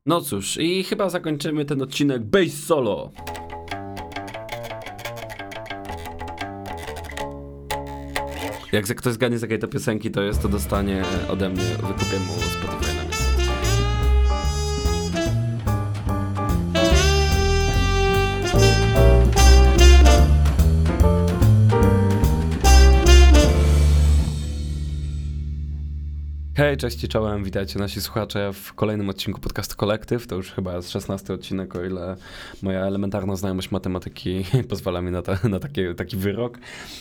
No cóż, i chyba zakończymy ten odcinek Bass Solo. Jak ktoś zgadnie z jakiej to piosenki to jest, to dostanie ode mnie, wykupię mu Spotify na miesiąc. Hej, cześć i czołem, witajcie nasi słuchacze w kolejnym odcinku podcastu Kolektyw. To już chyba jest 16 odcinek, o ile moja elementarna znajomość matematyki pozwala mi na taki wyrok.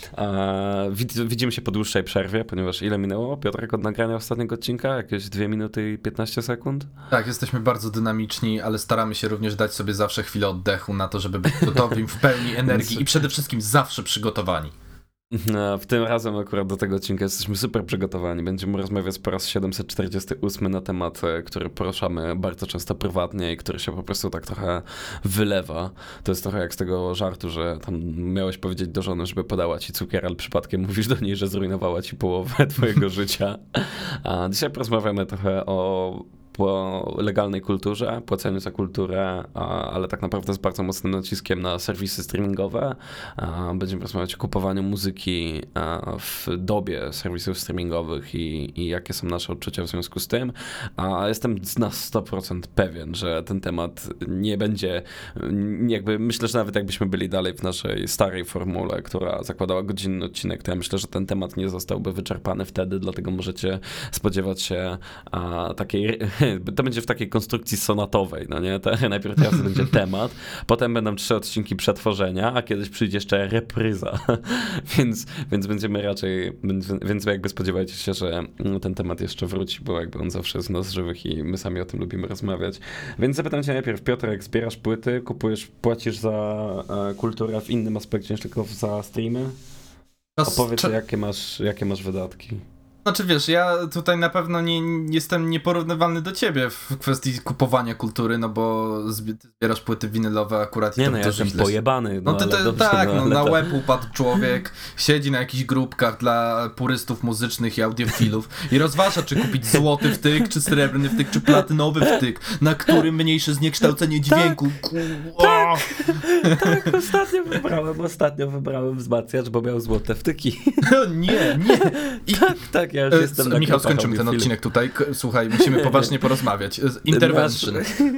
Widzimy się po dłuższej przerwie, ponieważ ile minęło, Piotrek, od nagrania ostatniego odcinka? Jakieś 2 minuty i 15 sekund? Tak, jesteśmy bardzo dynamiczni, ale staramy się również dać sobie zawsze chwilę oddechu na to, żeby być gotowym w pełni energii i przede wszystkim zawsze przygotowani. W tym razem akurat do tego odcinka jesteśmy super przygotowani. Będziemy rozmawiać po raz 748 na temat, który poruszamy bardzo często prywatnie i który się po prostu tak trochę wylewa. To jest trochę jak z tego żartu, że tam miałeś powiedzieć do żony, żeby podała ci cukier, ale przypadkiem mówisz do niej, że zrujnowała ci połowę twojego życia. A dzisiaj porozmawiamy trochę o legalnej kulturze, płaceniu za kulturę, ale tak naprawdę z bardzo mocnym naciskiem na serwisy streamingowe. Będziemy rozmawiać o kupowaniu muzyki w dobie serwisów streamingowych i jakie są nasze odczucia w związku z tym. A jestem na 100% pewien, że ten temat nie będzie, myślę, że nawet jakbyśmy byli dalej w naszej starej formule, która zakładała godzinny odcinek, to ja myślę, że ten temat nie zostałby wyczerpany wtedy, dlatego możecie spodziewać się takiej. To będzie w takiej konstrukcji sonatowej, no nie? Najpierw teraz będzie temat, potem będą 3 odcinki przetworzenia, a kiedyś przyjdzie jeszcze repryza. Więc będziemy raczej, więc jakby spodziewajcie się, że ten temat jeszcze wróci, bo jakby on zawsze jest w nas żywych i my sami o tym lubimy rozmawiać. Więc zapytam cię najpierw, Piotrek, zbierasz płyty, płacisz za kulturę w innym aspekcie niż tylko za streamy? Opowiedz, jakie masz wydatki. Znaczy wiesz, ja tutaj na pewno nie jestem nieporównywalny do ciebie w kwestii kupowania kultury, no bo zbierasz płyty winylowe akurat i nie, to no ja jestem pojebany. Na łeb upadł człowiek, siedzi na jakichś grupkach dla purystów muzycznych i audiofilów i rozważa, czy kupić złoty wtyk, czy srebrny wtyk, czy platynowy wtyk, na którym mniejsze zniekształcenie dźwięku. Tak, ostatnio wybrałem wzmacniacz, bo miał złote wtyki. Nie. Tak, ja już jestem Michał, skończymy ten odcinek tutaj. Słuchaj, musimy poważnie porozmawiać. Intervention.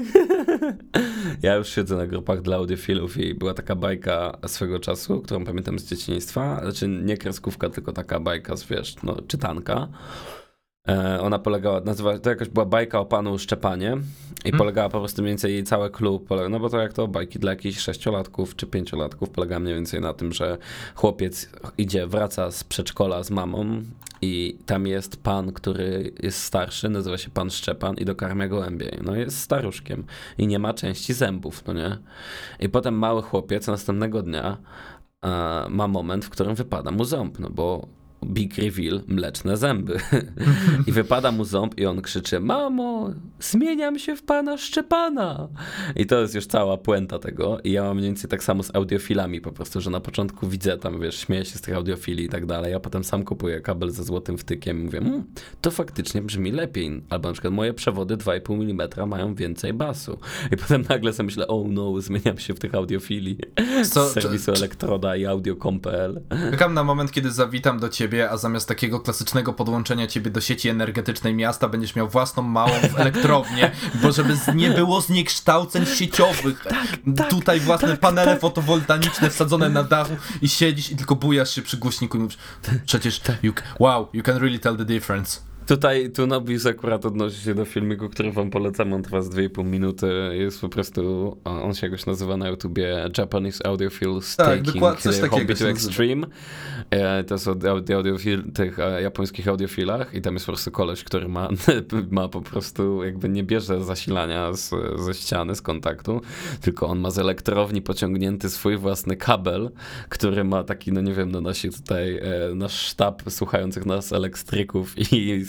Ja już siedzę na grupach dla audiofilów i była taka bajka swego czasu, którą pamiętam z dzieciństwa. Znaczy nie kreskówka, tylko taka bajka, czytanka. Ona polegała, to jakaś była bajka o panu Szczepanie i polegała po prostu mniej więcej jej cały klub, no bo to jak to bajki dla jakichś 6-latków czy 5-latków, polega mniej więcej na tym, że chłopiec wraca z przedszkola z mamą i tam jest pan, który jest starszy, nazywa się pan Szczepan i dokarmia gołębie. No jest staruszkiem i nie ma części zębów, no nie? I potem mały chłopiec następnego dnia ma moment, w którym wypada mu ząb, no bo big reveal, mleczne zęby. I wypada mu ząb i on krzyczy: mamo, zmieniam się w pana Szczepana. I to jest już cała puenta tego. I ja mam mniej więcej tak samo z audiofilami po prostu, że na początku widzę tam, śmieję się z tych audiofili i tak dalej, a potem sam kupuję kabel ze złotym wtykiem i mówię, to faktycznie brzmi lepiej. Albo na przykład moje przewody 2,5 mm mają więcej basu. I potem nagle sobie myślę, zmieniam się w tych audiofili z serwisu Elektroda i audio.com.pl. Czekam na moment, kiedy zawitam do ciebie, a zamiast takiego klasycznego podłączenia ciebie do sieci energetycznej miasta będziesz miał własną małą elektrownię, bo żeby nie było zniekształceń sieciowych. Tutaj własne panele fotowoltaiczne wsadzone na dachu i siedzisz i tylko bujasz się przy głośniku i mówisz, przecież you can really tell the difference. Tu Nobis akurat odnosi się do filmiku, który wam polecam, on trwa z 2,5 minuty, jest po prostu, on się jakoś nazywa na YouTubie Japanese Audiophile Taking Hobby to Extreme. To są tych japońskich audiofilach i tam jest po prostu koleś, który ma po prostu jakby nie bierze zasilania ze ściany, z kontaktu, tylko on ma z elektrowni pociągnięty swój własny kabel, który ma taki, nasz sztab słuchających nas elektryków i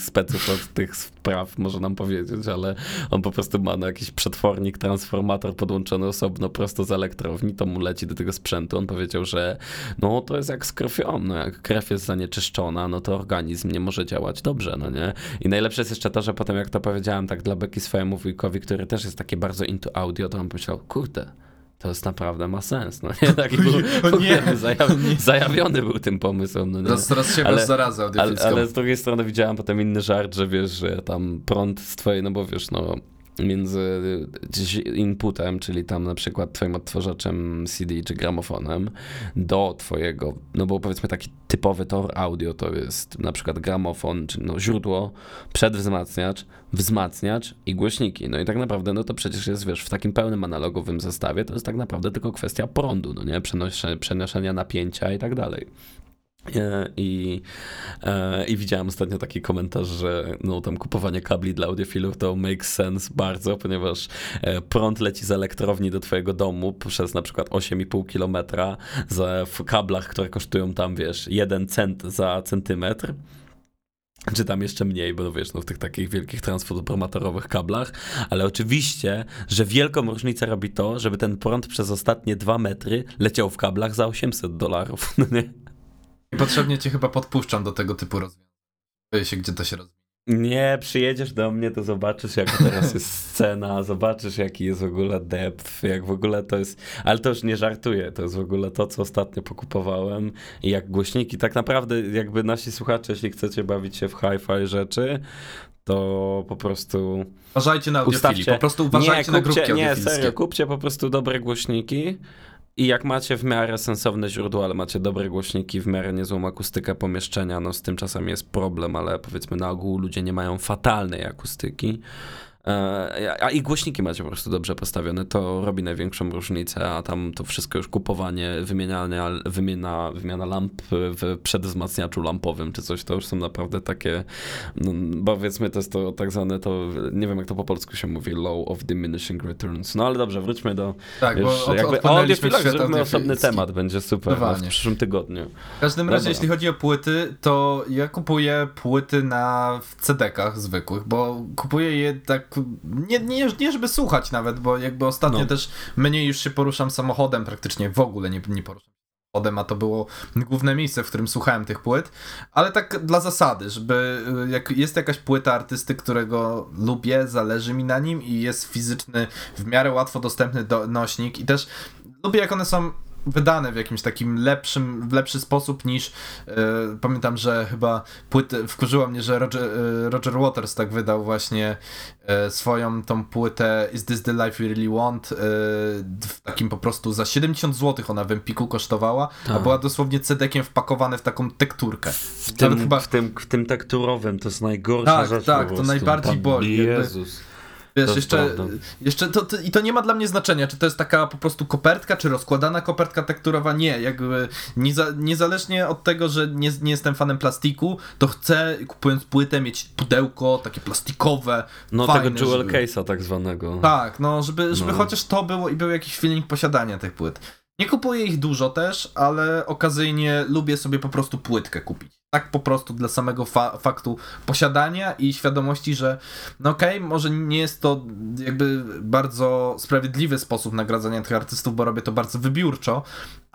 speców od tych spraw może nam powiedzieć, ale on po prostu ma jakiś przetwornik, transformator podłączony osobno prosto z elektrowni, to mu leci do tego sprzętu. On powiedział, że no to jest jak z krwią, no jak krew jest zanieczyszczona, no to organizm nie może działać dobrze, no nie? I najlepsze jest jeszcze to, że potem jak to powiedziałem tak dla beki swojemu wujkowi, który też jest taki bardzo into audio, to on pomyślał, kurde, to jest naprawdę ma sens, no nie? Taki był zajawiony był tym pomysłem, no nie? Raz się zarazę audiofilską. Ale z drugiej strony widziałem potem inny żart, że wiesz, że tam prąd z twojej, no bo wiesz, no między inputem, czyli tam na przykład twoim odtwarzaczem CD czy gramofonem do twojego, no bo powiedzmy taki typowy tor audio to jest na przykład gramofon, czyli no źródło, przedwzmacniacz, wzmacniacz i głośniki. No i tak naprawdę no to przecież jest, wiesz, w takim pełnym analogowym zestawie to jest tak naprawdę tylko kwestia prądu, no nie? Przenoszenia napięcia i tak dalej. I widziałem ostatnio taki komentarz, że no tam kupowanie kabli dla audiofilów to makes sense bardzo, ponieważ prąd leci z elektrowni do twojego domu przez na przykład 8,5 kilometra w kablach, które kosztują tam, wiesz, 1 cent za centymetr. Czy tam jeszcze mniej, bo no wiesz, no w tych takich wielkich transformatorowych kablach, ale oczywiście, że wielką różnicę robi to, żeby ten prąd przez ostatnie 2 metry leciał w kablach za $800, no nie? Niepotrzebnie cię chyba podpuszczam do tego typu rozwiązań. Boję się, gdzie to się rozwija. Nie, przyjedziesz do mnie, to zobaczysz, jak teraz jest scena, zobaczysz, jaki jest w ogóle depth, jak w ogóle to jest, ale to już nie żartuję, to jest w ogóle to, co ostatnio pokupowałem i jak głośniki, tak naprawdę jakby nasi słuchacze, jeśli chcecie bawić się w hi-fi rzeczy, to po prostu... Uważajcie na audiofili, po prostu uważajcie na grupki audiofilskie. Nie, serio, kupcie po prostu dobre głośniki. I jak macie w miarę sensowne źródło, ale macie dobre głośniki, w miarę niezłą akustykę pomieszczenia, no z tym czasami jest problem, ale powiedzmy na ogół ludzie nie mają fatalnej akustyki, a i głośniki macie po prostu dobrze postawione, to robi największą różnicę, a tam to wszystko już kupowanie, wymiana lamp w przedwzmacniaczu lampowym czy coś, to już są naprawdę takie, no, powiedzmy to jest to tak zwane, to nie wiem jak to po polsku się mówi, law of diminishing returns. No ale dobrze, wróćmy do... Tak, już, bo jakby o audiofilach zróbmy osobny temat, będzie super w przyszłym tygodniu. W każdym razie, jeśli chodzi o płyty, to ja kupuję płyty w CD-kach zwykłych, bo kupuję je tak nie żeby słuchać nawet, bo jakby ostatnio też mniej już się poruszam samochodem, praktycznie w ogóle nie poruszam samochodem, a to było główne miejsce, w którym słuchałem tych płyt, ale tak dla zasady, żeby jak jest jakaś płyta artysty, którego lubię, zależy mi na nim i jest fizyczny, w miarę łatwo dostępny nośnik i też lubię jak one są wydane w jakimś takim lepszy sposób niż pamiętam, że chyba wkurzyło mnie, że Roger Waters tak wydał właśnie swoją tą płytę Is This The Life We Really Want w takim po prostu za 70 zł ona w Empiku kosztowała, a była dosłownie CD-kiem wpakowane w taką tekturkę. W tym tekturowym to jest najgorsza rzecz. Tak, to najbardziej boli. Jezus. Wiesz, jeszcze to nie ma dla mnie znaczenia, czy to jest taka po prostu kopertka, czy rozkładana kopertka tekturowa, nie, jakby niezależnie od tego, że nie jestem fanem plastiku, to chcę, kupując płytę, mieć pudełko takie plastikowe, no fajne, tego jewel case'a tak zwanego. Tak, żeby chociaż to było i był jakiś feeling posiadania tych płyt. Nie kupuję ich dużo też, ale okazyjnie lubię sobie po prostu płytkę kupić. Tak po prostu dla samego faktu posiadania i świadomości, że no okej, może nie jest to jakby bardzo sprawiedliwy sposób nagradzania tych artystów, bo robię to bardzo wybiórczo,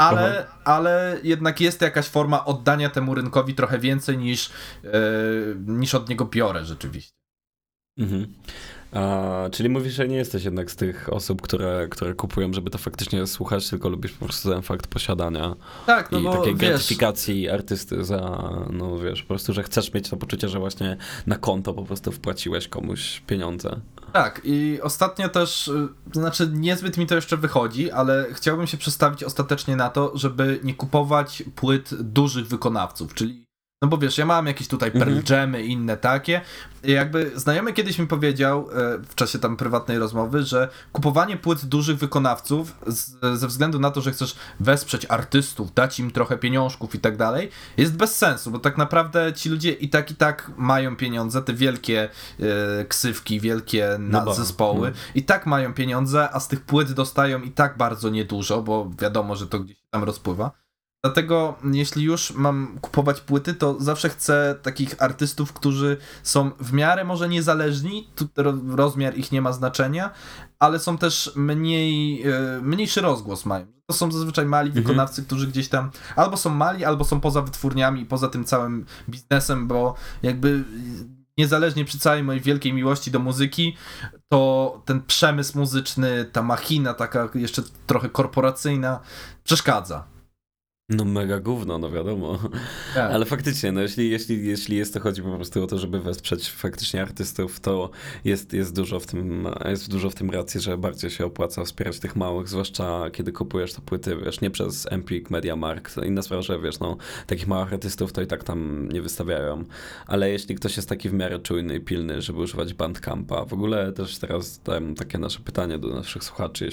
ale jednak jest jakaś forma oddania temu rynkowi trochę więcej niż od niego biorę rzeczywiście. Mhm. Czyli mówisz, że nie jesteś jednak z tych osób, które kupują, żeby to faktycznie słuchać, tylko lubisz po prostu ten fakt posiadania. Tak, no i bo takiej gratyfikacji artysty za, no wiesz, po prostu, że chcesz mieć to poczucie, że właśnie na konto po prostu wpłaciłeś komuś pieniądze. Tak, i ostatnio też, to znaczy niezbyt mi to jeszcze wychodzi, ale chciałbym się przestawić ostatecznie na to, żeby nie kupować płyt dużych wykonawców, czyli no bo wiesz, ja mam jakieś tutaj Pearl Jamy i inne takie. I jakby znajomy kiedyś mi powiedział w czasie tam prywatnej rozmowy, że kupowanie płyt dużych wykonawców ze względu na to, że chcesz wesprzeć artystów, dać im trochę pieniążków i tak dalej, jest bez sensu, bo tak naprawdę ci ludzie i tak mają pieniądze, te wielkie ksywki, wielkie zespoły i tak mają pieniądze, a z tych płyt dostają i tak bardzo niedużo, bo wiadomo, że to gdzieś tam rozpływa. Dlatego jeśli już mam kupować płyty, to zawsze chcę takich artystów, którzy są w miarę może niezależni, tu rozmiar ich nie ma znaczenia, ale są też mniejszy rozgłos mają. To są zazwyczaj mali wykonawcy, którzy gdzieś tam albo są mali, albo są poza wytwórniami, poza tym całym biznesem, bo jakby niezależnie przy całej mojej wielkiej miłości do muzyki, to ten przemysł muzyczny, ta machina taka jeszcze trochę korporacyjna przeszkadza. No mega gówno, no wiadomo. Tak. Ale faktycznie, no jeśli jest to chodzi po prostu o to, żeby wesprzeć faktycznie artystów, to jest dużo w tym racji, że bardziej się opłaca wspierać tych małych, zwłaszcza kiedy kupujesz te płyty, wiesz, nie przez Empik, MediaMarkt, inna sprawa, że wiesz, no takich małych artystów to i tak tam nie wystawiają, ale jeśli ktoś jest taki w miarę czujny i pilny, żeby używać Bandcampa, w ogóle też teraz dałem takie nasze pytanie do naszych słuchaczy,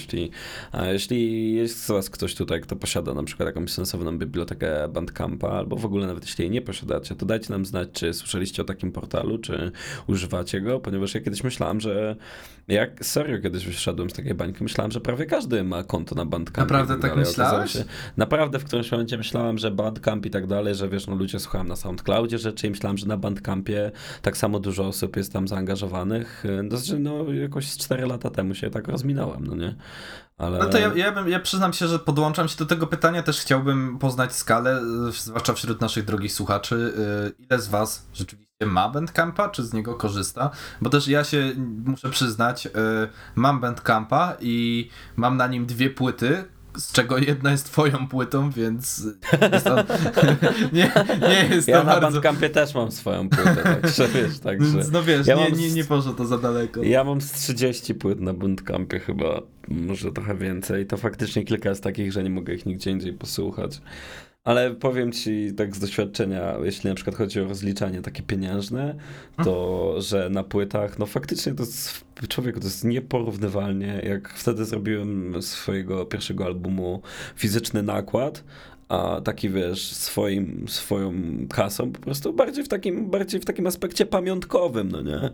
jeśli jest z was ktoś tutaj, kto posiada na przykład jakąś sensowną bibliotekę Bandcampa, albo w ogóle nawet jeśli jej nie posiadacie, to dajcie nam znać, czy słyszeliście o takim portalu, czy używacie go, ponieważ ja kiedyś myślałem, że serio kiedyś wyszedłem z takiej bańki, myślałem, że prawie każdy ma konto na Bandcampie. Naprawdę tak myślałeś? Naprawdę w którymś momencie myślałem, że Bandcamp i tak dalej, że wiesz, no ludzie słuchają na SoundCloudzie rzeczy i myślałem, że na Bandcampie tak samo dużo osób jest tam zaangażowanych. No jakoś z 4 lata temu się tak rozminąłem, no nie? Ale... No to ja przyznam się, że podłączam się do tego pytania, też chciałbym poznać skalę, zwłaszcza wśród naszych drogich słuchaczy, ile z was rzeczywiście ma Bandcampa, czy z niego korzysta, bo też ja się muszę przyznać, mam Bandcampa i mam na nim 2 płyty, z czego jedna jest twoją płytą, więc jest to, nie jest ja to na bardzo... Bandcampie też mam swoją płytę, także wiesz, Więc no wiesz, ja nie poszło to za daleko. Ja mam z 30 płyt na Bandcampie chyba, może trochę więcej, to faktycznie kilka jest takich, że nie mogę ich nigdzie indziej posłuchać. Ale powiem ci tak z doświadczenia, jeśli na przykład chodzi o rozliczanie takie pieniężne, to że na płytach, no faktycznie to jest, człowieku, to jest nieporównywalnie, jak wtedy zrobiłem swojego pierwszego albumu fizyczny nakład, a taki wiesz, swoją kasą po prostu bardziej w takim aspekcie pamiątkowym, no nie?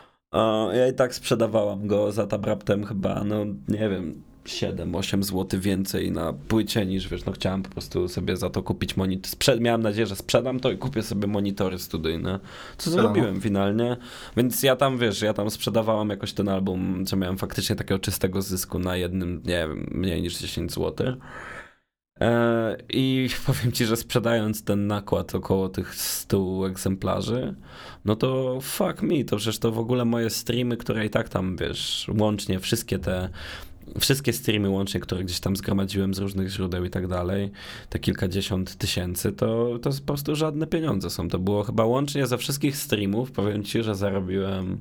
A ja i tak sprzedawałam go za tam raptem chyba, no nie wiem, 7-8 zł więcej na płycie niż, wiesz, no chciałem po prostu sobie za to kupić monitor. Miałem nadzieję, że sprzedam to i kupię sobie monitory studyjne, co zrobiłem finalnie. Więc ja tam sprzedawałem jakoś ten album, co miałem faktycznie takiego czystego zysku na jednym, nie wiem, mniej niż 10 zł. I powiem ci, że sprzedając ten nakład około tych 100 egzemplarzy, no to fuck me, to przecież to w ogóle moje streamy, które i tak tam, wiesz, łącznie wszystkie streamy łącznie, które gdzieś tam zgromadziłem z różnych źródeł i tak dalej, te kilkadziesiąt tysięcy, to po prostu żadne pieniądze są. To było chyba łącznie ze wszystkich streamów, powiem ci, że zarobiłem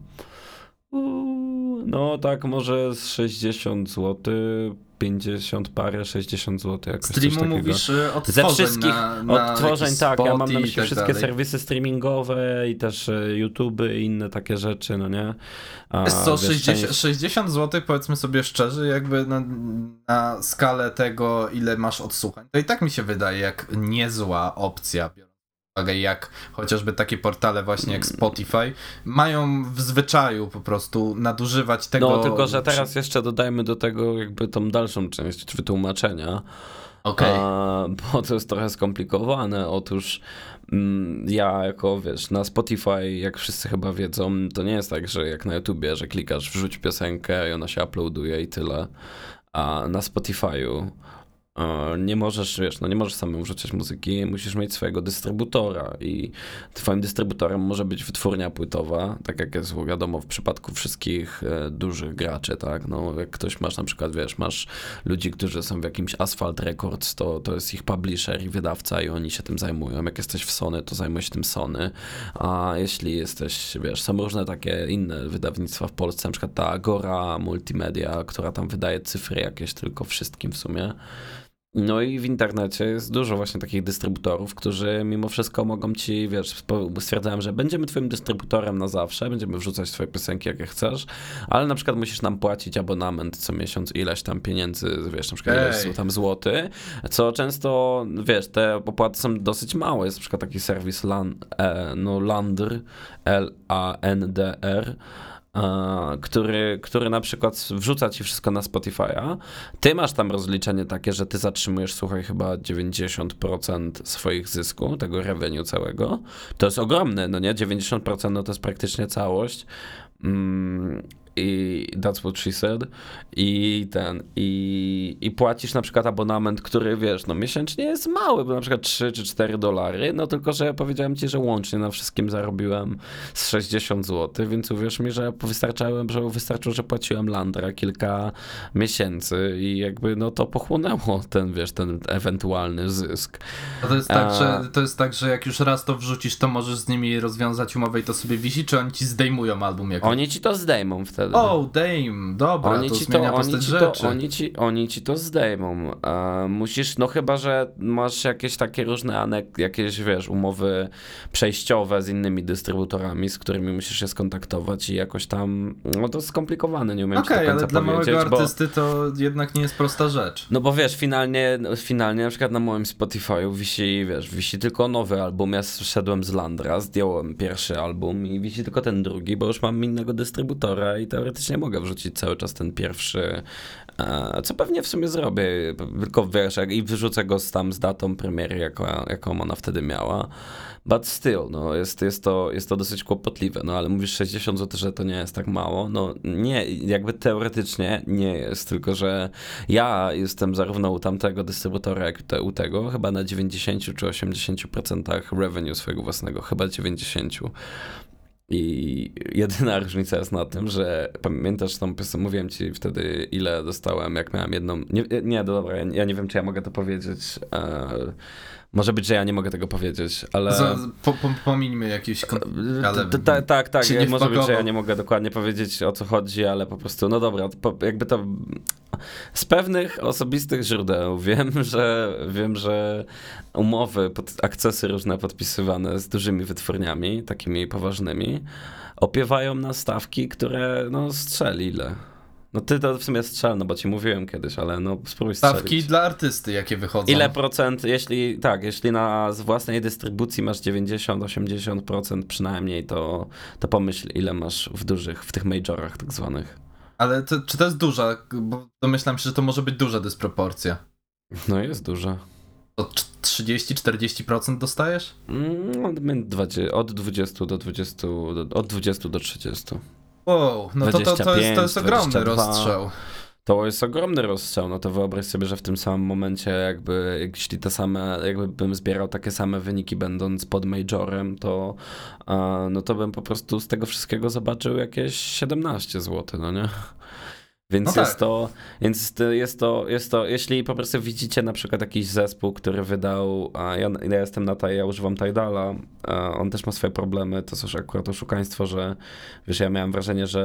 no tak może z 60 zł, 50 parę, 60 zł jakoś. Streamu mówisz odtworzeń ze wszystkich odtworzeń, tak, ja mam na myśli tak wszystkie dalej. serwisy streamingowe i też YouTube i inne takie rzeczy, no nie? Co, 60 zł, powiedzmy sobie szczerze, jakby na skalę tego, ile masz odsłuchań, to i tak mi się wydaje jak niezła opcja, biorąc pod uwagę, jak chociażby takie portale właśnie jak Spotify mają w zwyczaju po prostu nadużywać tego... No, tylko że teraz jeszcze dodajmy do tego jakby tą dalszą część wytłumaczenia. Okej. Bo to jest trochę skomplikowane. Otóż ja jako, wiesz, na Spotify, jak wszyscy chyba wiedzą, to nie jest tak, że jak na YouTubie, że klikasz wrzuć piosenkę i ona się uploaduje i tyle. A na Spotify'u nie możesz, wiesz, no nie możesz samemu wrzucać muzyki, musisz mieć swojego dystrybutora i twoim dystrybutorem może być wytwórnia płytowa, tak jak jest wiadomo w przypadku wszystkich dużych graczy, tak, no jak ktoś masz na przykład, wiesz, masz ludzi, którzy są w jakimś Asphalt Records, to jest ich publisher i wydawca i oni się tym zajmują, jak jesteś w Sony, to zajmuje się tym Sony, a jeśli jesteś, wiesz, są różne takie inne wydawnictwa w Polsce, na przykład ta Agora Multimedia, która tam wydaje cyfry jakieś tylko wszystkim w sumie. No i w internecie jest dużo właśnie takich dystrybutorów, którzy mimo wszystko mogą ci, wiesz, stwierdzają, że będziemy twoim dystrybutorem na zawsze, będziemy wrzucać twoje piosenki jakie chcesz, ale na przykład musisz nam płacić abonament co miesiąc ileś tam pieniędzy, wiesz, na przykład ileś tam złoty, co często, wiesz, te opłaty są dosyć małe. Jest na przykład taki serwis Landr, Landr, który na przykład wrzuca ci wszystko na Spotify'a, ty masz tam rozliczenie takie, że ty zatrzymujesz, słuchaj, chyba 90% swoich zysku, tego revenue całego. To jest ogromne, no nie? 90% no to jest praktycznie całość. I that's what she said. I płacisz na przykład abonament, który wiesz, no miesięcznie jest mały, bo na przykład 3 czy 4 dolary, no tylko, że powiedziałem ci, że łącznie na wszystkim zarobiłem z 60 zł, więc uwierz mi, że wystarczyło, że płaciłem Landra kilka miesięcy i jakby no to pochłonęło ten, wiesz, ten ewentualny zysk. A to jest tak, że jak już raz to wrzucisz, to możesz z nimi rozwiązać umowę i to sobie wisi, czy oni ci zdejmują album jakoś? Oni ci to zdejmą wtedy. Oh, damn, dobra, oni to ci zmienia postać rzeczy. Oni ci to zdejmą. Musisz, no chyba, że masz jakieś takie różne jakieś, wiesz, umowy przejściowe z innymi dystrybutorami, z którymi musisz się skontaktować i jakoś tam, no to skomplikowane, nie umiem ci do końca ale dla powiedzieć, małego artysty to jednak nie jest prosta rzecz. No bo wiesz, finalnie na przykład na moim Spotify'u wisi tylko nowy album. Ja szedłem z Landra, zdjąłem pierwszy album i wisi tylko ten drugi, bo już mam innego dystrybutora i teoretycznie mogę wrzucić cały czas ten pierwszy, co pewnie w sumie zrobię, tylko wiesz, i wyrzucę go z datą premiery, jaką ona wtedy miała. But still, no jest to dosyć kłopotliwe, no ale mówisz 60 zł, że to nie jest tak mało, no nie, jakby teoretycznie nie jest, tylko że ja jestem zarówno u tamtego dystrybutora, jak i u tego, chyba na 90 czy 80% revenue swojego własnego, chyba 90. I jedyna różnica jest na tym, że pamiętasz tą piosenkę, mówiłem ci wtedy ile dostałem, jak miałem jedną, dobra, ja nie wiem, czy ja mogę to powiedzieć, może być, że ja nie mogę tego powiedzieć, ale... Pomińmy jakieś... Tak, może być, że ja nie mogę dokładnie powiedzieć, o co chodzi, ale po prostu, no dobra, jakby to... Z pewnych osobistych źródeł wiem, że umowy, akcesy różne podpisywane z dużymi wytwórniami, takimi poważnymi, opiewają na stawki, które, no, strzeli ile. No ty to w sumie strzel, no bo ci mówiłem kiedyś, ale no spróbuj strzelić. Stawki dla artysty, jakie wychodzą. Ile procent, jeśli z własnej dystrybucji masz 90-80% przynajmniej, to pomyśl, ile masz w tych majorach tak zwanych. Ale czy to jest duża? Bo domyślam się, że to może być duża dysproporcja. No jest duża. To 30-40% dostajesz? Od 20 do 20, od 20 do 30. Wow, no 25, to jest ogromny 22. rozstrzał. To jest ogromny rozstrzał, no to wyobraź sobie, że w tym samym momencie jakby bym zbierał takie same wyniki będąc pod majorem, no to bym po prostu z tego wszystkiego zobaczył jakieś 17 zł, no nie? Więc no jest to, jeśli po prostu widzicie na przykład jakiś zespół, który wydał, ja używam Tidala, on też ma swoje problemy, to jest akurat oszukaństwo, że wiesz, ja miałem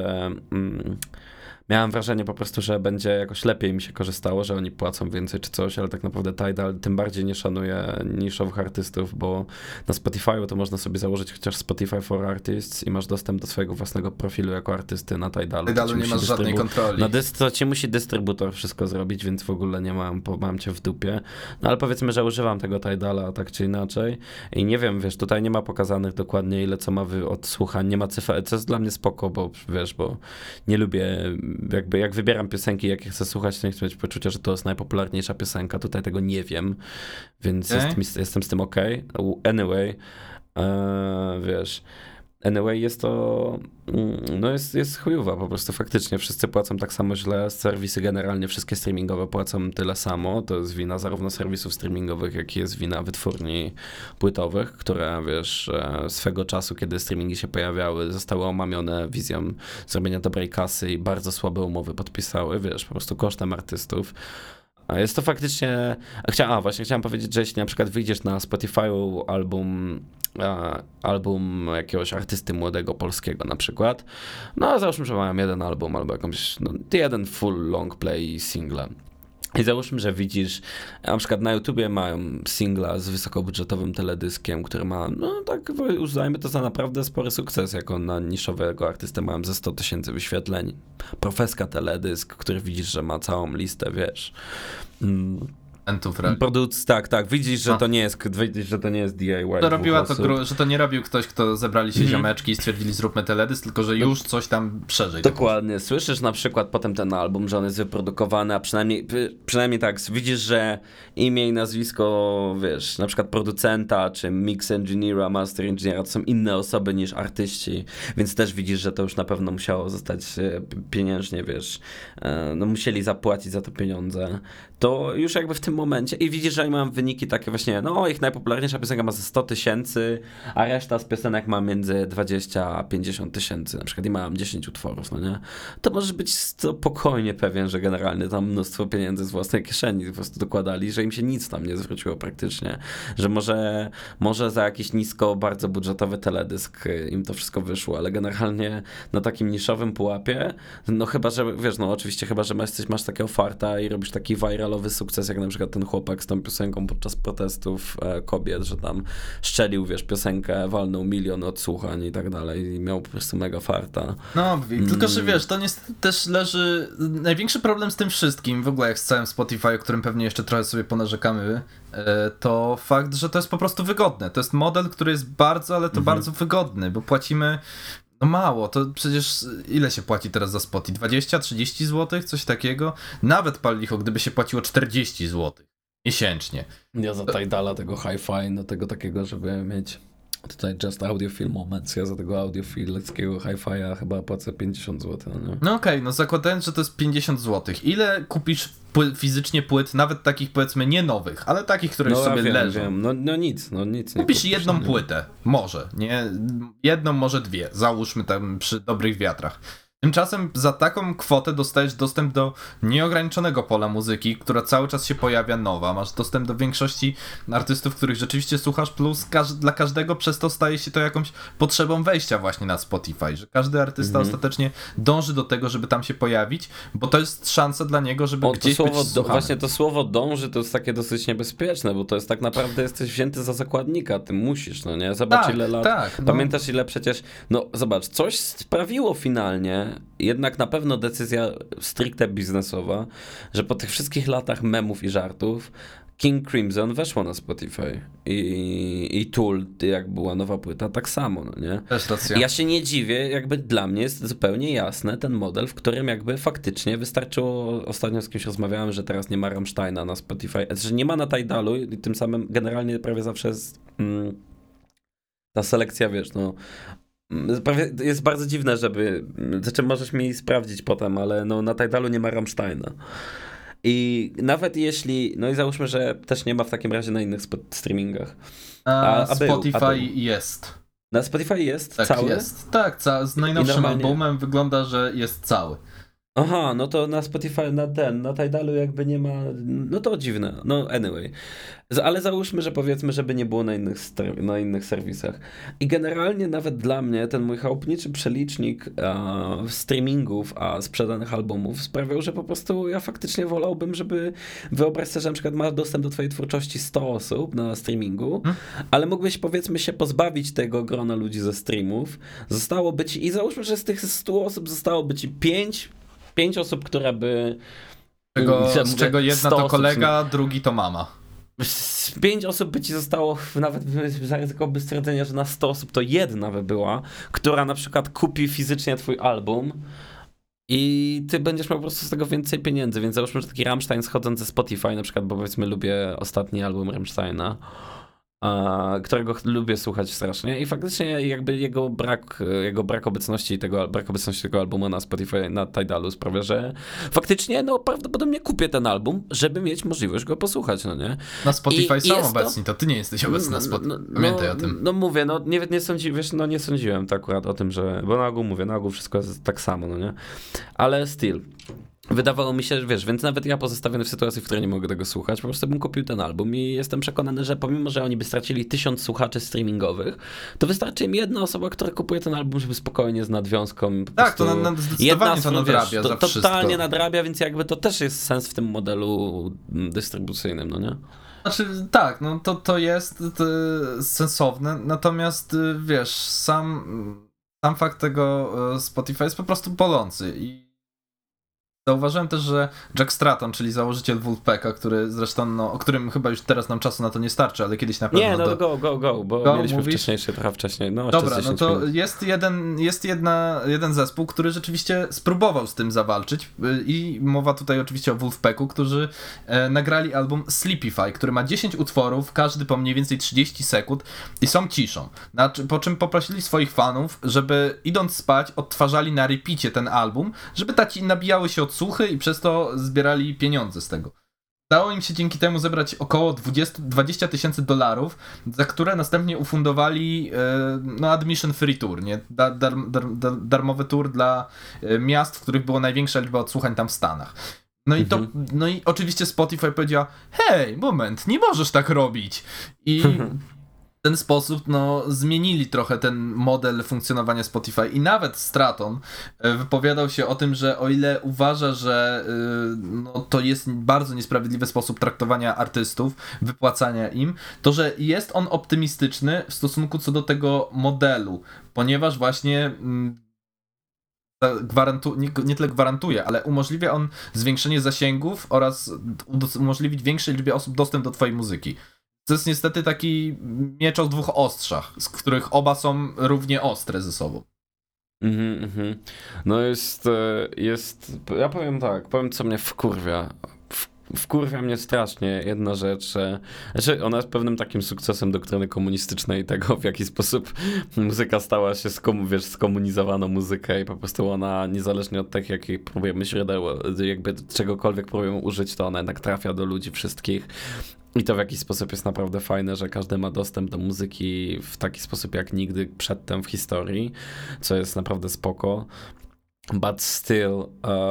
wrażenie po prostu, że będzie jakoś lepiej mi się korzystało, że oni płacą więcej czy coś, ale tak naprawdę Tidal tym bardziej nie szanuje niszowych artystów, bo na Spotify'u to można sobie założyć chociaż Spotify for Artists i masz dostęp do swojego własnego profilu jako artysty na Tidalu. Tidalu nie masz żadnej kontroli. To ci musi dystrybutor wszystko zrobić, więc w ogóle mam cię w dupie. No ale powiedzmy, że używam tego Tidala tak czy inaczej i nie wiem, wiesz, tutaj nie ma pokazanych dokładnie ile co ma odsłuchań, nie ma cyfr, co jest dla mnie spoko, bo wiesz, bo nie lubię jakby jak wybieram piosenki, jakie chcę słuchać, to nie chcę mieć poczucia, że to jest najpopularniejsza piosenka. Tutaj tego nie wiem, więc jestem z tym okej. Anyway, wiesz... Anyway, jest to, no jest chujowa po prostu faktycznie, wszyscy płacą tak samo źle, serwisy generalnie, wszystkie streamingowe płacą tyle samo, to jest wina zarówno serwisów streamingowych, jak i jest wina wytwórni płytowych, które wiesz, swego czasu, kiedy streamingi się pojawiały, zostały omamione wizją zrobienia dobrej kasy i bardzo słabe umowy podpisały, wiesz, po prostu kosztem artystów. Jest to faktycznie, właśnie chciałem powiedzieć, że jeśli na przykład wyjdziesz na Spotify'u album jakiegoś artysty młodego polskiego na przykład, no załóżmy, że mają jeden album albo jeden full long play single. I załóżmy, że widzisz, na przykład na YouTubie mają singla z wysokobudżetowym teledyskiem, który ma, no tak uznajmy to za naprawdę spory sukces, jako na niszowego artystę mają ze 100 000 wyświetleń. Profeska teledysk, który widzisz, że ma całą listę, wiesz. Tak, widzisz, że to nie jest DIY. To robiła to, że to nie robił ktoś, kto zebrali się ziomeczki i stwierdzili zróbmy teledysk, tylko że już coś tam szerzej. Dokładnie. Słyszysz na przykład potem ten album, że on jest wyprodukowany, a przynajmniej tak, widzisz, że imię i nazwisko, wiesz, na przykład producenta, czy mix engineera, master engineera, to są inne osoby niż artyści, więc też widzisz, że to już na pewno musiało zostać pieniężnie, wiesz, no musieli zapłacić za to pieniądze. To już jakby w tym momencie i widzisz, że oni mają wyniki takie właśnie, no ich najpopularniejsza piosenka ma ze 100 000, a reszta z piosenek ma między 20 a 50 tysięcy, na przykład i mają 10 utworów, no nie? To możesz być spokojnie pewien, że generalnie tam mnóstwo pieniędzy z własnej kieszeni po prostu dokładali, że im się nic tam nie zwróciło praktycznie, że może za jakiś nisko bardzo budżetowy teledysk im to wszystko wyszło, ale generalnie na takim niszowym pułapie, no chyba, że wiesz, no oczywiście chyba, że masz takiego farta i robisz taki viralowy sukces, jak na przykład ten chłopak z tą piosenką podczas protestów kobiet, że tam szczelił, wiesz, piosenkę, walnął 1 000 000 odsłuchań i tak dalej i miał po prostu mega farta. No, tylko że wiesz, to niestety też leży, największy problem z tym wszystkim, w ogóle jak z całym Spotify, o którym pewnie jeszcze trochę sobie ponarzekamy, to fakt, że to jest po prostu wygodne. To jest model, który jest bardzo, ale to bardzo wygodny, bo płacimy no mało, to przecież ile się płaci teraz za Spotify? 20-30 zł? Coś takiego? Nawet pal licho, gdyby się płaciło 40 zł miesięcznie. Ja za Tidala tego hi-fi, no tego takiego, żeby mieć tutaj just audiophile moments, ja za tego audiophileckiego hi-fi'a chyba płacę 50 zł. No okej, no zakładając, że to jest 50 zł. Ile kupisz fizycznie płyt, nawet takich powiedzmy nie nowych, ale takich, które już sobie leżą? Wiem. No nic. Kupisz jedną płytę, może, nie? Jedną, może dwie, załóżmy tam przy dobrych wiatrach. Tymczasem za taką kwotę dostajesz dostęp do nieograniczonego pola muzyki, która cały czas się pojawia nowa. Masz dostęp do większości artystów, których rzeczywiście słuchasz, plus dla każdego przez to staje się to jakąś potrzebą wejścia właśnie na Spotify, że każdy artysta ostatecznie dąży do tego, żeby tam się pojawić, bo to jest szansa dla niego, żeby gdzieś być słuchany. Właśnie to słowo dąży to jest takie dosyć niebezpieczne, bo to jest tak naprawdę jesteś wzięty za zakładnika, ty musisz, no nie? Zobacz ile lat. Tak, Pamiętasz ile przecież, no zobacz, coś sprawiło finalnie, jednak na pewno decyzja stricte biznesowa, że po tych wszystkich latach memów i żartów King Crimson weszło na Spotify i Tool, jak była nowa płyta, tak samo, no nie? Też racja. Ja się nie dziwię, jakby dla mnie jest zupełnie jasne ten model, w którym jakby faktycznie wystarczyło, ostatnio z kimś rozmawiałem, że teraz nie ma Rammsteina na Spotify, że nie ma na Tidalu i tym samym generalnie prawie zawsze jest ta selekcja, wiesz, no jest bardzo dziwne, znaczy możesz mi sprawdzić potem, ale no na Tidalu nie ma Rammsteina. I nawet jeśli, no i załóżmy, że też nie ma w takim razie na innych streamingach. Spotify jest. Na Spotify jest? Tak, cały? jest. Tak, z najnowszym albumem wygląda, że jest cały. Aha, no to na Spotify, na Tidalu jakby nie ma, no to dziwne, no anyway. Ale załóżmy, że powiedzmy, żeby nie było na innych serwisach. I generalnie nawet dla mnie ten mój chałupniczy przelicznik streamingów, a sprzedanych albumów sprawiał, że po prostu ja faktycznie wolałbym, żeby wyobraź sobie, że na przykład masz dostęp do twojej twórczości 100 osób na streamingu, ale mógłbyś powiedzmy się pozbawić tego grona ludzi ze streamów. Zostałoby ci, i załóżmy, że z tych 100 osób zostałoby ci 5 osób, które by... Z czego jedna to kolega, drugi to mama. 5 osób by ci zostało, nawet zaryzykowałby stwierdzenie, że na 100 osób to jedna by była, która na przykład kupi fizycznie twój album i ty będziesz miał po prostu z tego więcej pieniędzy, więc załóżmy, że taki Rammstein schodząc ze Spotify na przykład, bo powiedzmy lubię ostatni album Rammsteina, którego lubię słuchać strasznie i faktycznie jakby jego brak obecności tego albumu na Spotify, na Tidalu sprawia, że faktycznie no prawdopodobnie kupię ten album, żeby mieć możliwość go posłuchać, no nie? Na Spotify są obecni, to ty nie jesteś obecny na Spotify, pamiętaj o tym. No mówię, nie sądziłem tak akurat o tym, że, bo na ogół wszystko jest tak samo, no nie? Ale still. Wydawało mi się, wiesz, więc nawet ja pozostawiony w sytuacji, w której nie mogę tego słuchać, po prostu bym kupił ten album i jestem przekonany, że pomimo, że oni by stracili 1000 słuchaczy streamingowych, to wystarczy im jedna osoba, która kupuje ten album, żeby spokojnie z nadwiązką. Tak, to zdecydowanie to nadrabia za wszystko. Totalnie nadrabia, więc jakby to też jest sens w tym modelu dystrybucyjnym, no nie? Znaczy tak, no to jest sensowne, natomiast wiesz, sam fakt tego Spotify jest po prostu bolący i Zauważyłem też, że Jack Stratton, czyli założyciel Wolfpacka, który zresztą, no, o którym chyba już teraz nam czasu na to nie starczy, ale kiedyś na pewno... Nie, no go, bo mieliśmy wcześniejszy, trochę wcześniej. No, dobra, no to jest jeden zespół, który rzeczywiście spróbował z tym zawalczyć i mowa tutaj oczywiście o Wolfpacku, którzy nagrali album Sleepify, który ma 10 utworów, każdy po mniej więcej 30 sekund i są ciszą. Po czym poprosili swoich fanów, żeby idąc spać odtwarzali na repeacie ten album, żeby ci nabijały się odsłuchy i przez to zbierali pieniądze z tego. Udało im się dzięki temu zebrać około $20,000, za które następnie ufundowali admission free tour, nie? Darmowy tour dla miast, w których była największa liczba odsłuchań tam w Stanach. No i oczywiście Spotify powiedział: hej, moment, nie możesz tak robić. I w ten sposób zmienili trochę ten model funkcjonowania Spotify i nawet Stratton wypowiadał się o tym, że o ile uważa, że to jest bardzo niesprawiedliwy sposób traktowania artystów, wypłacania im, to że jest on optymistyczny w stosunku co do tego modelu, ponieważ właśnie nie tyle gwarantuje, ale umożliwia on zwiększenie zasięgów oraz umożliwić większej liczbie osób dostęp do twojej muzyki. To jest niestety taki miecz o dwóch ostrzach, z których oba są równie ostre ze sobą. No jest, ja powiem co mnie wkurwia. Wkurwia mnie strasznie jedna rzecz, że ona jest pewnym takim sukcesem doktryny komunistycznej i tego, w jaki sposób muzyka stała się skomunizowaną muzykę i po prostu ona, niezależnie od tego, jakiej próbujemy źródeł, jakby czegokolwiek próbujemy użyć, to ona jednak trafia do ludzi wszystkich. I to w jakiś sposób jest naprawdę fajne, że każdy ma dostęp do muzyki w taki sposób jak nigdy przedtem w historii, co jest naprawdę spoko. But still,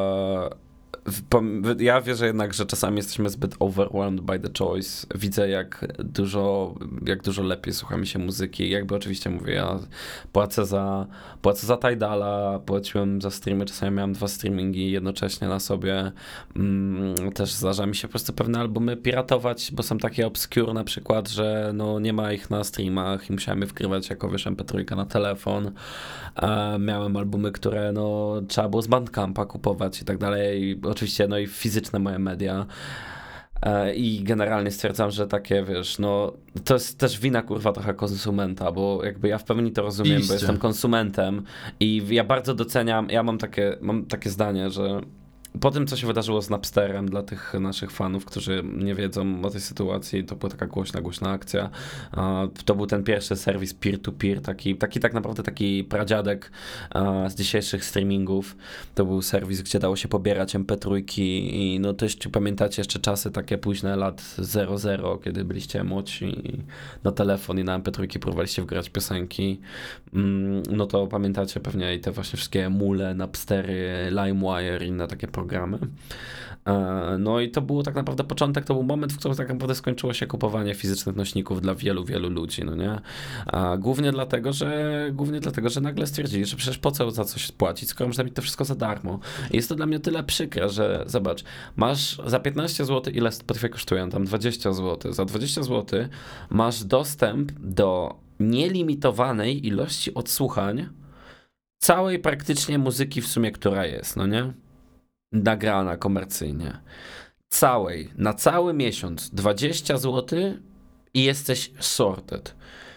ja wierzę jednak, że czasami jesteśmy zbyt overwhelmed by the choice. Widzę, jak dużo lepiej słucha mi się muzyki. Jakby oczywiście mówię, ja płacę za Tidala, płaciłem za streamy, czasami miałem 2 streamingi jednocześnie na sobie. Też zdarza mi się po prostu pewne albumy piratować, bo są takie obscure na przykład, że nie ma ich na streamach i musiałem je wgrywać jako MP3 na telefon. Miałem albumy, które trzeba było z Bandcampa kupować i tak dalej. Oczywiście, i fizyczne moje media. I generalnie stwierdzam, że takie, to jest też wina, kurwa, trochę konsumenta, bo jakby ja w pełni to rozumiem, bo jestem konsumentem i ja bardzo doceniam, ja mam takie zdanie, że po tym, co się wydarzyło z Napsterem, dla tych naszych fanów, którzy nie wiedzą o tej sytuacji, to była taka głośna akcja. To był ten pierwszy serwis peer-to-peer, taki tak naprawdę taki pradziadek z dzisiejszych streamingów. To był serwis, gdzie dało się pobierać MP3 i też pamiętacie jeszcze czasy takie późne, lat 00, kiedy byliście młodsi i na telefon i na MP3 próbowaliście wgrać piosenki. To pamiętacie pewnie i te właśnie wszystkie emule, Napstery, LimeWire i inne takie programy. I to było tak naprawdę początek, to był moment, w którym tak naprawdę skończyło się kupowanie fizycznych nośników dla wielu, wielu ludzi, nie? Głównie dlatego, że nagle stwierdzili, że przecież po co za coś płacić, skoro można mieć to wszystko za darmo. I jest to dla mnie tyle przykre, że zobacz, masz za 15 zł, ile Spotify kosztują? Tam 20 zł. Za 20 zł masz dostęp do nielimitowanej ilości odsłuchań całej praktycznie muzyki w sumie, która jest, nie? Nagrana komercyjnie. Na cały miesiąc 20 zł i jesteś sorted.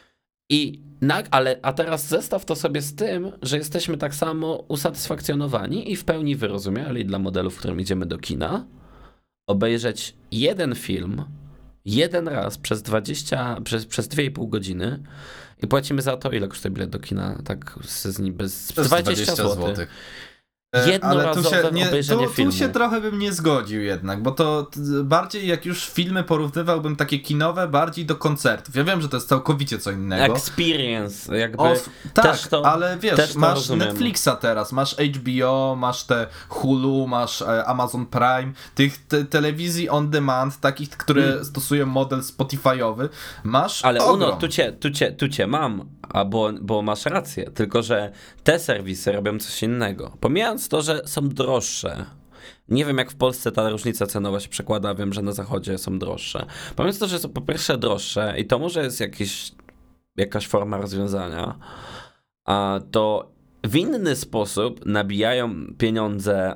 A teraz zestaw to sobie z tym, że jesteśmy tak samo usatysfakcjonowani i w pełni wyrozumiali dla modelu, w którym idziemy do kina, obejrzeć jeden film, jeden raz przez 2,5 godziny i płacimy za to, ile kosztuje bilet do kina, tak bez 20 zł. Jednorazowe obejrzenie filmu. Tu się trochę bym nie zgodził jednak, bo to bardziej jak już filmy porównywałbym takie kinowe bardziej do koncertów. Ja wiem, że to jest całkowicie co innego. Experience, jakby tak, ale wiesz, masz rozumiem. Netflixa teraz, masz HBO, masz te Hulu, masz Amazon Prime, tych telewizji on demand, takich, które stosują model Spotify'owy, masz ale ogrom. Tu cię mam, bo masz rację, tylko że te serwisy robią coś innego. Pomijając to, że są droższe. Nie wiem, jak w Polsce ta różnica cenowa się przekłada, wiem, że na zachodzie są droższe. Pomijając to, że są po pierwsze droższe i to może jest jakaś forma rozwiązania, to w inny sposób nabijają pieniądze,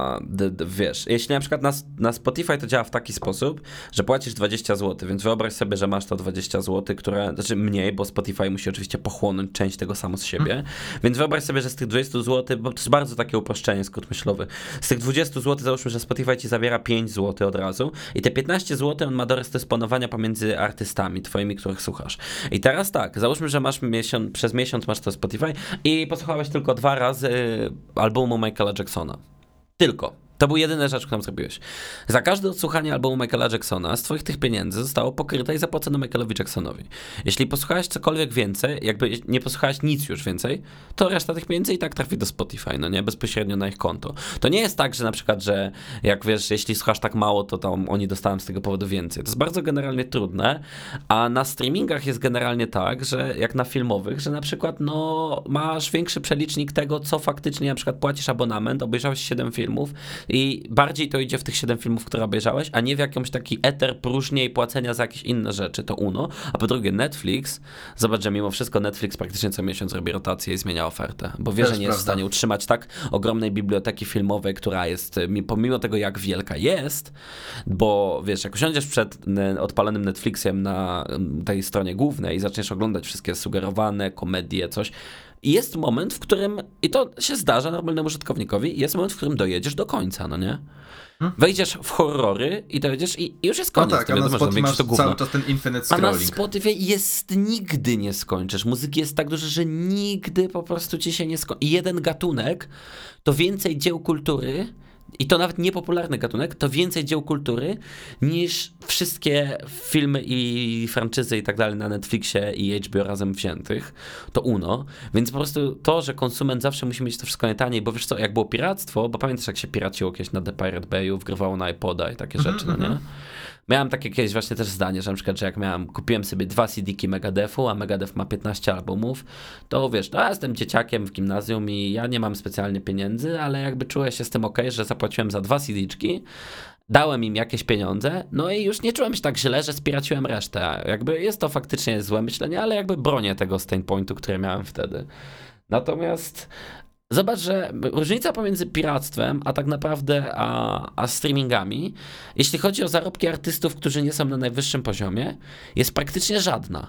wiesz, jeśli na przykład na Spotify to działa w taki sposób, że płacisz 20 zł, więc wyobraź sobie, że masz to 20 zł, które, znaczy mniej, bo Spotify musi oczywiście pochłonąć część tego samo z siebie, więc wyobraź sobie, że z tych 20 zł, bo to jest bardzo takie uproszczenie, skrót myślowy, z tych 20 zł załóżmy, że Spotify ci zabiera 5 zł od razu i te 15 zł on ma do rozdysponowania pomiędzy artystami twoimi, których słuchasz. I teraz tak, załóżmy, że masz przez miesiąc masz to Spotify i posłuchałeś tylko 2 razy albumu Michaela Jacksona. Tylko. To był jedyna rzecz, którą zrobiłeś. Za każde odsłuchanie albumu Michaela Jacksona z twoich tych pieniędzy zostało pokryte i zapłacone Michaelowi Jacksonowi. Jeśli posłuchałeś cokolwiek więcej, jakby nie posłuchałeś nic już więcej, to reszta tych pieniędzy i tak trafi do Spotify, no nie? Bezpośrednio na ich konto. To nie jest tak, że na przykład, że jak wiesz, jeśli słuchasz tak mało, to tam oni dostają z tego powodu więcej. To jest bardzo generalnie trudne, a na streamingach jest generalnie tak, że jak na filmowych, że na przykład no masz większy przelicznik tego, co faktycznie na przykład płacisz abonament, obejrzałeś 7 filmów, i bardziej to idzie w tych 7 filmów, które obejrzałeś, a nie w jakąś taki eter próżniej płacenia za jakieś inne rzeczy, to uno. A po drugie Netflix, zobacz, że mimo wszystko Netflix praktycznie co miesiąc robi rotację i zmienia ofertę, bo wie, że nie jest w stanie utrzymać tak ogromnej biblioteki filmowej, która jest, pomimo tego jak wielka jest, bo wiesz, jak usiądziesz przed odpalonym Netflixem na tej stronie głównej i zaczniesz oglądać wszystkie sugerowane, komedie, coś, i jest moment, w którym, i to się zdarza normalnemu użytkownikowi, jest moment, w którym dojedziesz do końca, no nie? Wejdziesz w horrory i dojedziesz i już jest koniec. No tak, a na Spotify masz cały czas ten infinite scrolling. A na Spotify nigdy nie skończysz. Muzyki jest tak dużo, że nigdy po prostu ci się nie skończy. I jeden gatunek to więcej dzieł kultury, i to nawet niepopularny gatunek, to więcej dzieł kultury niż wszystkie filmy i franczyzy i tak dalej na Netflixie i HBO razem wziętych. To uno. Więc po prostu to, że konsument zawsze musi mieć to wszystko najtaniej, bo wiesz co, jak było piractwo, bo pamiętasz jak się piraciło kiedyś na The Pirate Bayu, wgrywało na iPoda i takie rzeczy, no nie? Miałem takie kiedyś właśnie też zdanie, że na przykład, że jak kupiłem sobie 2 CD-ki Megadefu, a Megadeth ma 15 albumów, to wiesz, no ja jestem dzieciakiem w gimnazjum i ja nie mam specjalnie pieniędzy, ale jakby czułem się z tym okej, że zapłaciłem za 2 CD-czki, dałem im jakieś pieniądze, no i już nie czułem się tak źle, że spiraciłem resztę. Jakby jest to faktycznie złe myślenie, ale jakby bronię tego standpointu, który miałem wtedy. Natomiast zobacz, że różnica pomiędzy piractwem, a tak naprawdę a streamingami, jeśli chodzi o zarobki artystów, którzy nie są na najwyższym poziomie, jest praktycznie żadna.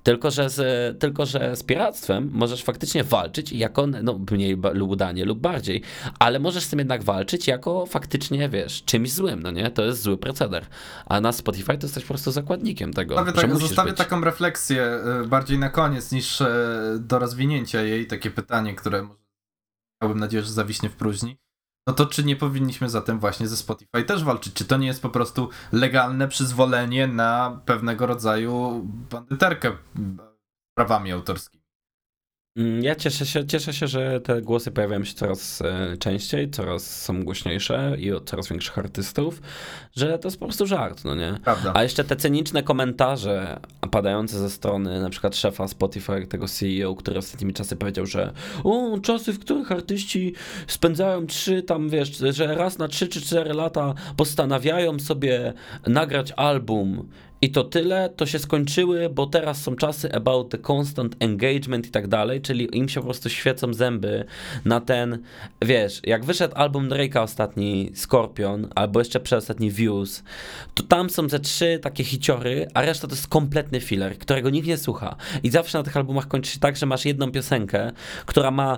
Tylko że z piractwem możesz faktycznie walczyć jako, no mniej udanie lub bardziej, ale możesz z tym jednak walczyć jako faktycznie, wiesz, czymś złym, no nie? To jest zły proceder. A na Spotify to jesteś po prostu zakładnikiem tego, Zostawię taką refleksję bardziej na koniec niż do rozwinięcia jej, takie pytanie, które miałbym nadzieję, że zawiśnie w próżni, no to czy nie powinniśmy zatem właśnie ze Spotify też walczyć? Czy to nie jest po prostu legalne przyzwolenie na pewnego rodzaju bandyterkę prawami autorskimi? Ja cieszę się, że te głosy pojawiają się coraz częściej, coraz są głośniejsze i od coraz większych artystów, że to jest po prostu żart, no nie? Prawda. A jeszcze te cyniczne komentarze padające ze strony na przykład szefa Spotify, tego CEO, który ostatnimi czasy powiedział, że czasy, w których artyści spędzają że raz na 3 czy 4 lata postanawiają sobie nagrać album i to tyle, to się skończyły, bo teraz są czasy about the constant engagement i tak dalej, czyli im się po prostu świecą zęby na ten, wiesz, jak wyszedł album Drake'a ostatni, Scorpion, albo jeszcze przedostatni Views, to tam są ze 3 takie hiciory, a reszta to jest kompletny filler, którego nikt nie słucha. I zawsze na tych albumach kończy się tak, że masz jedną piosenkę, która ma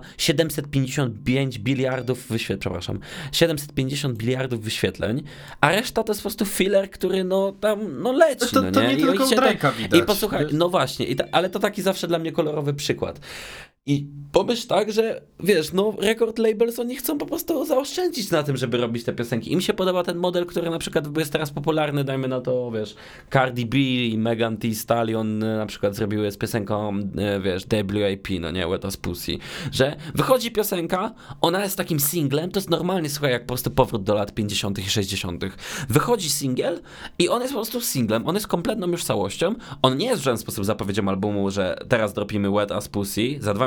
755 biliardów 750 biliardów wyświetleń, a reszta to jest po prostu filler, który leci. To nie tylko u Drake'a widać. I posłuchaj, no właśnie, ale to taki zawsze dla mnie kolorowy przykład. I pomyśl tak, że wiesz, record labels oni chcą po prostu zaoszczędzić na tym, żeby robić te piosenki. Im się podoba ten model, który na przykład jest teraz popularny, dajmy na to, wiesz, Cardi B i Megan Thee Stallion na przykład zrobiły z piosenką, wiesz, WAP, no nie, Wet as Pussy, że wychodzi piosenka, ona jest takim singlem, to jest normalnie, słuchaj, jak po prostu powrót do lat 50. i 60. Wychodzi singiel i on jest po prostu singlem, on jest kompletną już całością, on nie jest w żaden sposób zapowiedzią albumu, że teraz dropimy Wet as Pussy, za 2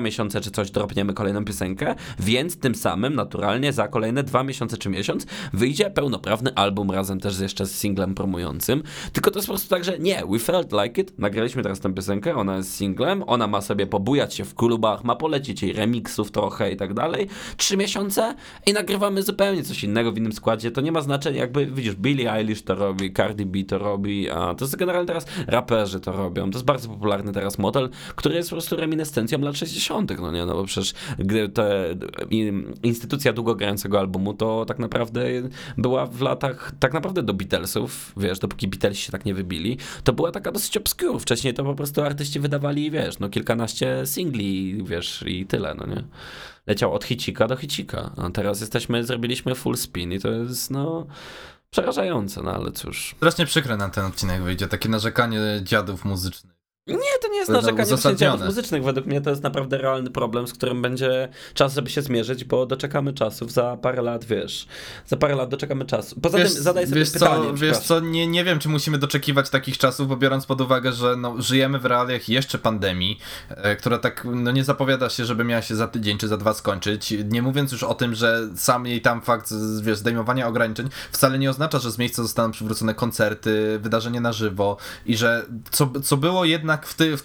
miesiące czy coś dropniemy kolejną piosenkę, więc tym samym naturalnie za kolejne 2 miesiące czy miesiąc wyjdzie pełnoprawny album razem też jeszcze z singlem promującym. Tylko to jest po prostu tak, że nie, we felt like it, nagraliśmy teraz tę piosenkę, ona jest singlem, ona ma sobie pobujać się w klubach, ma polecieć jej remixów trochę i tak dalej. 3 miesiące i nagrywamy zupełnie coś innego w innym składzie. To nie ma znaczenia, jakby widzisz, Billie Eilish to robi, Cardi B to robi, a to jest generalnie teraz raperzy to robią. To jest bardzo popularny teraz model, który jest po prostu reminiscencją lat 60., no nie, no bo przecież gdy instytucja długogrającego albumu to tak naprawdę była w latach, tak naprawdę do Beatlesów, wiesz, dopóki Beatlesi się tak nie wybili, to była taka dosyć obscure. Wcześniej to po prostu artyści wydawali, wiesz, no kilkanaście singli, wiesz, i tyle, no nie. Leciał od hicika do hicika, a teraz zrobiliśmy full spin i to jest, no, przerażające, no ale cóż. Strasznie przykre na ten odcinek wyjdzie, takie narzekanie dziadów muzycznych. Nie, to nie jest narzekanie dziadów muzycznych. Według mnie to jest naprawdę realny problem, z którym będzie czas, żeby się zmierzyć, bo doczekamy czasów. Za parę lat, wiesz, doczekamy czasu. Poza tym zadaj sobie pytanie. Wiesz co, nie wiem, czy musimy doczekiwać takich czasów, bo biorąc pod uwagę, że no, żyjemy w realiach jeszcze pandemii, która tak no, nie zapowiada się, żeby miała się za tydzień czy za 2 skończyć. Nie mówiąc już o tym, że sam jej tam fakt, wiesz, zdejmowania ograniczeń wcale nie oznacza, że z miejsca zostaną przywrócone koncerty, wydarzenia na żywo i że co było jednak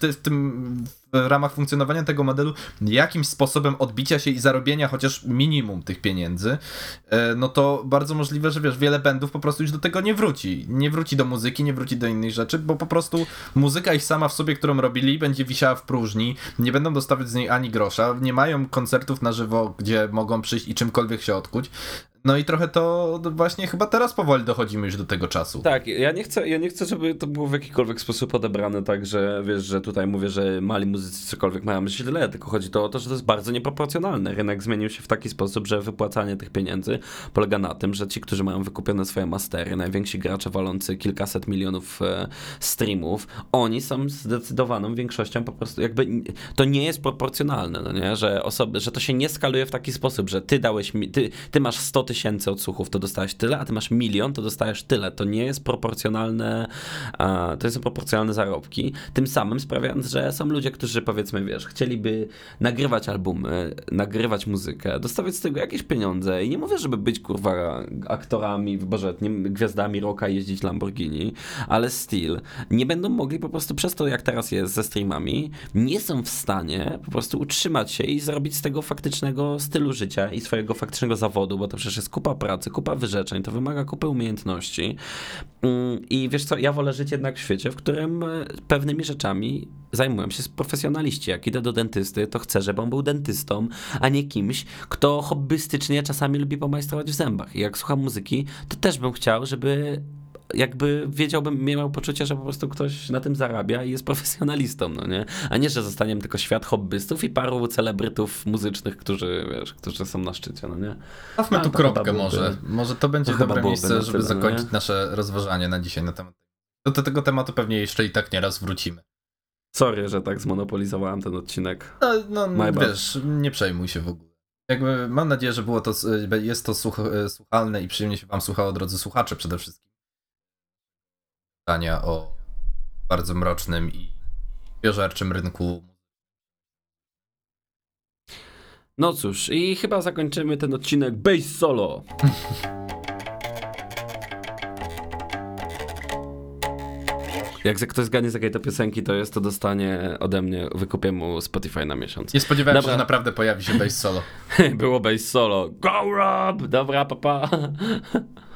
w ramach funkcjonowania tego modelu jakimś sposobem odbicia się i zarobienia chociaż minimum tych pieniędzy, no to bardzo możliwe, że wiesz, wiele bandów po prostu już do tego nie wróci. Nie wróci do muzyki, nie wróci do innych rzeczy, bo po prostu muzyka ich sama w sobie, którą robili, będzie wisiała w próżni, nie będą dostawać z niej ani grosza, nie mają koncertów na żywo, gdzie mogą przyjść i czymkolwiek się odkuć. No i trochę to właśnie chyba teraz powoli dochodzimy już do tego czasu. Tak, ja nie chcę, żeby to było w jakikolwiek sposób odebrane tak, że wiesz, że tutaj mówię, że mali muzycy cokolwiek mają źle, tylko chodzi o to, że to jest bardzo nieproporcjonalne. Rynek zmienił się w taki sposób, że wypłacanie tych pieniędzy polega na tym, że ci, którzy mają wykupione swoje mastery, najwięksi gracze walący kilkaset milionów streamów, oni są zdecydowaną większością po prostu jakby, to nie jest proporcjonalne, no nie? Że to się nie skaluje w taki sposób, że ty masz 100 000 odsłuchów, to dostajesz tyle, a ty masz 1 000 000, to dostajesz tyle. To nie jest proporcjonalne, to są proporcjonalne zarobki. Tym samym sprawiając, że są ludzie, którzy powiedzmy, wiesz, chcieliby nagrywać albumy, nagrywać muzykę, dostawać z tego jakieś pieniądze i nie mówię, żeby być, kurwa, aktorami, gwiazdami rocka i jeździć Lamborghini, ale still, nie będą mogli po prostu przez to, jak teraz jest ze streamami, nie są w stanie po prostu utrzymać się i zrobić z tego faktycznego stylu życia i swojego faktycznego zawodu, bo to przecież jest kupa pracy, kupa wyrzeczeń, to wymaga kupy umiejętności. I wiesz co, ja wolę żyć jednak w świecie, w którym pewnymi rzeczami zajmują się profesjonaliści. Jak idę do dentysty, to chcę, żeby on był dentystą, a nie kimś, kto hobbystycznie czasami lubi pomajstrować w zębach. I jak słucham muzyki, to też bym chciał, żeby jakby miał poczucie, że po prostu ktoś na tym zarabia i jest profesjonalistą, no nie? A nie, że zostaniemy tylko świat hobbystów i paru celebrytów muzycznych, którzy są na szczycie, no nie? Stawmy tu kropkę może. Może to będzie dobre miejsce, żeby zakończyć nasze rozważanie na dzisiaj na temat. Do tego tematu pewnie jeszcze i tak nieraz wrócimy. Sorry, że tak zmonopolizowałem ten odcinek. No wiesz, nie przejmuj się w ogóle. Jakby mam nadzieję, że jest to słuchalne i przyjemnie się wam słuchało, drodzy słuchacze, przede wszystkim. Pytania o bardzo mrocznym i biożerczym rynku. No cóż, i chyba zakończymy ten odcinek bass solo. Jak ktoś zgadnie z jakiej to piosenki to jest, to dostanie ode mnie, wykupię mu Spotify na miesiąc. Nie spodziewałem się, że naprawdę pojawi się bass solo. Było bass solo. Go Rob! Dobra, papa.